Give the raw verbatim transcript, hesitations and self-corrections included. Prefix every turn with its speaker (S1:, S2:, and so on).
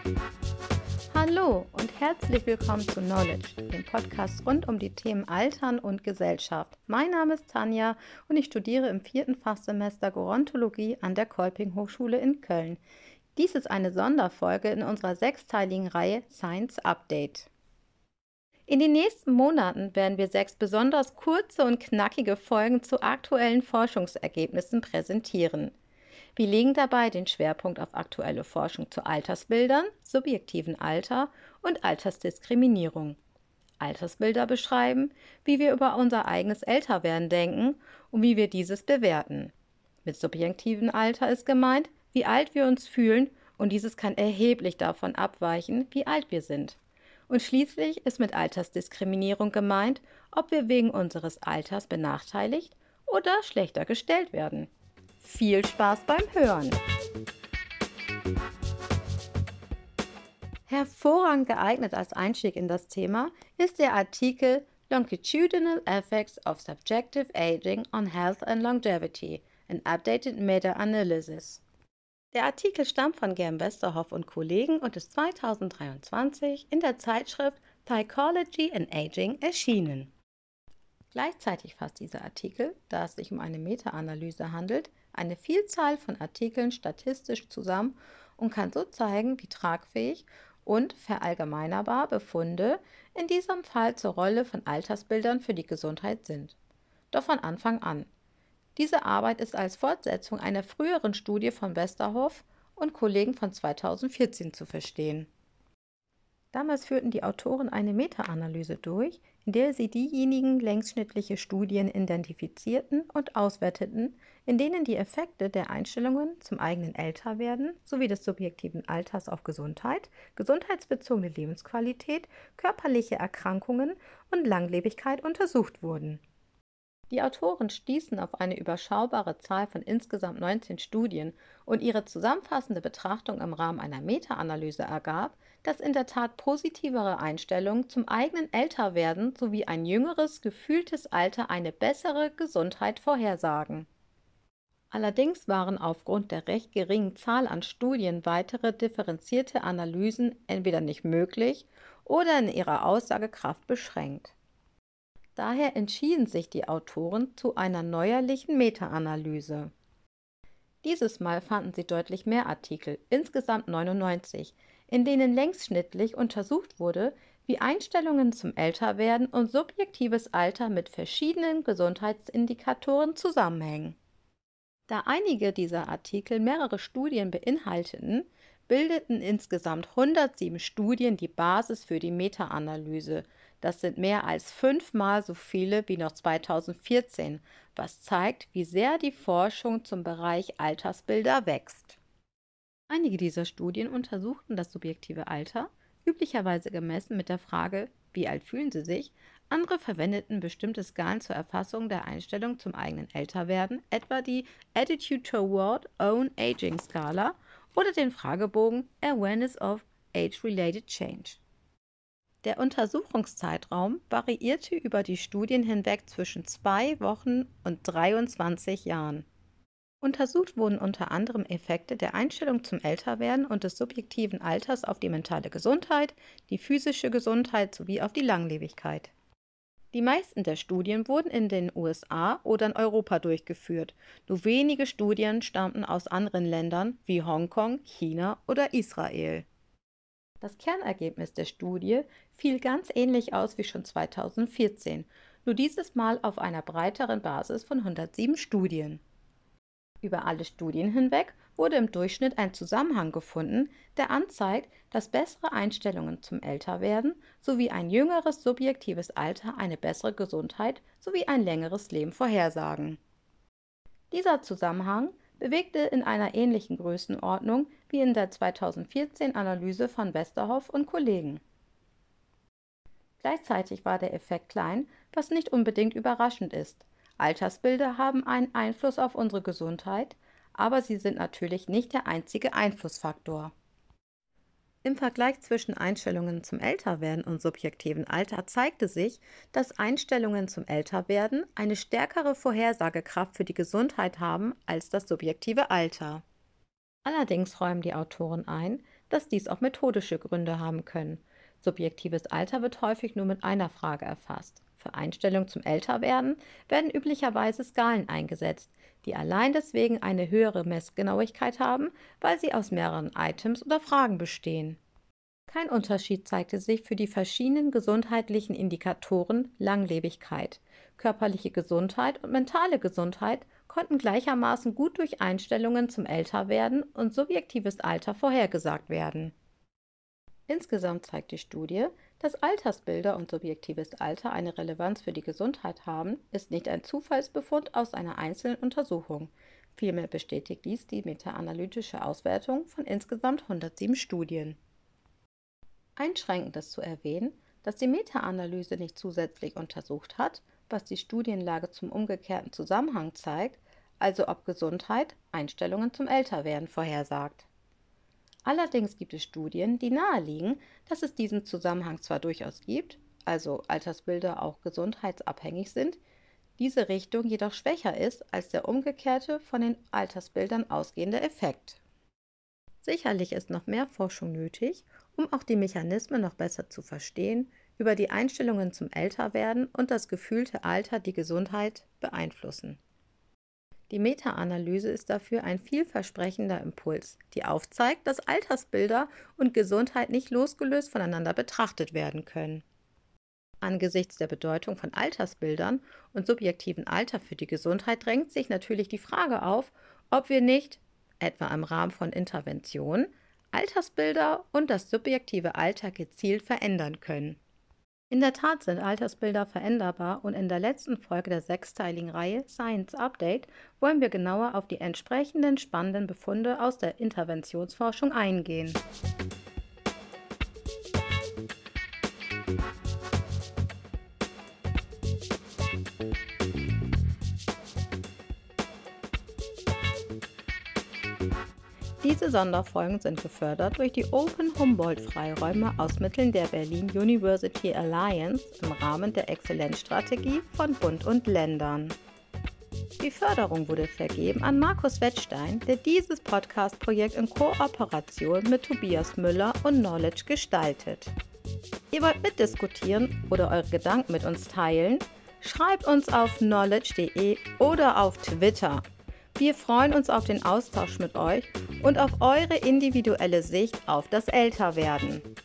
S1: Hallo und herzlich willkommen zu Knowledge, dem Podcast rund um die Themen Altern und Gesellschaft. Mein Name ist Tanja und ich studiere im vierten Fachsemester Gerontologie an der Kolping-Hochschule in Köln. Dies ist eine Sonderfolge in unserer sechsteiligen Reihe Science Update. In den nächsten Monaten werden wir sechs besonders kurze und knackige Folgen zu aktuellen Forschungsergebnissen präsentieren. Wir legen dabei den Schwerpunkt auf aktuelle Forschung zu Altersbildern, subjektiven Alter und Altersdiskriminierung. Altersbilder beschreiben, wie wir über unser eigenes Älterwerden denken und wie wir dieses bewerten. Mit subjektivem Alter ist gemeint, wie alt wir uns fühlen, und dieses kann erheblich davon abweichen, wie alt wir sind. Und schließlich ist mit Altersdiskriminierung gemeint, ob wir wegen unseres Alters benachteiligt oder schlechter gestellt werden. Viel Spaß beim Hören! Hervorragend geeignet als Einstieg in das Thema ist der Artikel Longitudinal Effects of Subjective Aging on Health and Longevity, an Updated Meta-Analysis. Der Artikel stammt von Germ Westerhoff und Kollegen und ist zweitausenddreiundzwanzig in der Zeitschrift Psychology and Aging erschienen. Gleichzeitig fasst dieser Artikel, da es sich um eine Meta-Analyse handelt, eine Vielzahl von Artikeln statistisch zusammen und kann so zeigen, wie tragfähig und verallgemeinerbar Befunde in diesem Fall zur Rolle von Altersbildern für die Gesundheit sind. Doch von Anfang an. Diese Arbeit ist als Fortsetzung einer früheren Studie von Westerhoff und Kollegen von zweitausendvierzehn zu verstehen. Damals führten die Autoren eine Meta-Analyse durch, in der sie diejenigen längsschnittliche Studien identifizierten und auswerteten, in denen die Effekte der Einstellungen zum eigenen Älterwerden sowie des subjektiven Alters auf Gesundheit, gesundheitsbezogene Lebensqualität, körperliche Erkrankungen und Langlebigkeit untersucht wurden. Die Autoren stießen auf eine überschaubare Zahl von insgesamt neunzehn Studien und ihre zusammenfassende Betrachtung im Rahmen einer Meta-Analyse ergab, dass in der Tat positivere Einstellungen zum eigenen Älterwerden sowie ein jüngeres, gefühltes Alter eine bessere Gesundheit vorhersagen. Allerdings waren aufgrund der recht geringen Zahl an Studien weitere differenzierte Analysen entweder nicht möglich oder in ihrer Aussagekraft beschränkt. Daher entschieden sich die Autoren zu einer neuerlichen Meta-Analyse. Dieses Mal fanden sie deutlich mehr Artikel, insgesamt neunundneunzig, in denen längsschnittlich untersucht wurde, wie Einstellungen zum Älterwerden und subjektives Alter mit verschiedenen Gesundheitsindikatoren zusammenhängen. Da einige dieser Artikel mehrere Studien beinhalteten, bildeten insgesamt hundertsieben Studien die Basis für die Meta-Analyse. Das sind mehr als fünfmal so viele wie noch zweitausendvierzehn, was zeigt, wie sehr die Forschung zum Bereich Altersbilder wächst. Einige dieser Studien untersuchten das subjektive Alter, üblicherweise gemessen mit der Frage, wie alt fühlen Sie sich? Andere verwendeten bestimmte Skalen zur Erfassung der Einstellung zum eigenen Älterwerden, etwa die Attitude Toward Own Aging Skala oder den Fragebogen Awareness of Age-Related Change. Der Untersuchungszeitraum variierte über die Studien hinweg zwischen zwei Wochen und dreiundzwanzig Jahren. Untersucht wurden unter anderem Effekte der Einstellung zum Älterwerden und des subjektiven Alters auf die mentale Gesundheit, die physische Gesundheit sowie auf die Langlebigkeit. Die meisten der Studien wurden in den U S A oder in Europa durchgeführt. Nur wenige Studien stammten aus anderen Ländern wie Hongkong, China oder Israel. Das Kernergebnis der Studie fiel ganz ähnlich aus wie schon zweitausendvierzehn, nur dieses Mal auf einer breiteren Basis von hundertsieben Studien. Über alle Studien hinweg wurde im Durchschnitt ein Zusammenhang gefunden, der anzeigt, dass bessere Einstellungen zum Älterwerden sowie ein jüngeres subjektives Alter eine bessere Gesundheit sowie ein längeres Leben vorhersagen. Dieser Zusammenhang bewegte in einer ähnlichen Größenordnung wie in der zweitausendvierzehn Analyse von Westerhoff und Kollegen. Gleichzeitig war der Effekt klein, was nicht unbedingt überraschend ist. Altersbilder haben einen Einfluss auf unsere Gesundheit, aber sie sind natürlich nicht der einzige Einflussfaktor. Im Vergleich zwischen Einstellungen zum Älterwerden und subjektivem Alter zeigte sich, dass Einstellungen zum Älterwerden eine stärkere Vorhersagekraft für die Gesundheit haben als das subjektive Alter. Allerdings räumen die Autoren ein, dass dies auch methodische Gründe haben können. Subjektives Alter wird häufig nur mit einer Frage erfasst. Für Einstellungen zum Älterwerden werden üblicherweise Skalen eingesetzt, die allein deswegen eine höhere Messgenauigkeit haben, weil sie aus mehreren Items oder Fragen bestehen. Kein Unterschied zeigte sich für die verschiedenen gesundheitlichen Indikatoren Langlebigkeit. Körperliche Gesundheit und mentale Gesundheit konnten gleichermaßen gut durch Einstellungen zum Älterwerden und subjektives Alter vorhergesagt werden. Insgesamt zeigt die Studie, dass Altersbilder und subjektives Alter eine Relevanz für die Gesundheit haben, ist nicht ein Zufallsbefund aus einer einzelnen Untersuchung. Vielmehr bestätigt dies die meta-analytische Auswertung von insgesamt hundertsieben Studien. Einschränkend ist zu erwähnen, dass die Meta-Analyse nicht zusätzlich untersucht hat, was die Studienlage zum umgekehrten Zusammenhang zeigt, also ob Gesundheit Einstellungen zum Älterwerden vorhersagt. Allerdings gibt es Studien, die naheliegen, dass es diesen Zusammenhang zwar durchaus gibt, also Altersbilder auch gesundheitsabhängig sind, diese Richtung jedoch schwächer ist als der umgekehrte von den Altersbildern ausgehende Effekt. Sicherlich ist noch mehr Forschung nötig, um auch die Mechanismen noch besser zu verstehen, über die Einstellungen zum Älterwerden und das gefühlte Alter die Gesundheit beeinflussen. Die Meta-Analyse ist dafür ein vielversprechender Impuls, die aufzeigt, dass Altersbilder und Gesundheit nicht losgelöst voneinander betrachtet werden können. Angesichts der Bedeutung von Altersbildern und subjektivem Alter für die Gesundheit drängt sich natürlich die Frage auf, ob wir nicht, etwa im Rahmen von Interventionen, Altersbilder und das subjektive Alter gezielt verändern können. In der Tat sind Altersbilder veränderbar und in der letzten Folge der sechsteiligen Reihe Science Update wollen wir genauer auf die entsprechenden spannenden Befunde aus der Interventionsforschung eingehen. Diese Sonderfolgen sind gefördert durch die Open Humboldt-Freiräume aus Mitteln der Berlin University Alliance im Rahmen der Exzellenzstrategie von Bund und Ländern. Die Förderung wurde vergeben an Markus Wettstein, der dieses Podcast-Projekt in Kooperation mit Tobias Müller und Knowledge gestaltet. Ihr wollt mitdiskutieren oder eure Gedanken mit uns teilen? Schreibt uns auf knowledge punkt de oder auf Twitter. Wir freuen uns auf den Austausch mit euch und auf eure individuelle Sicht auf das Älterwerden.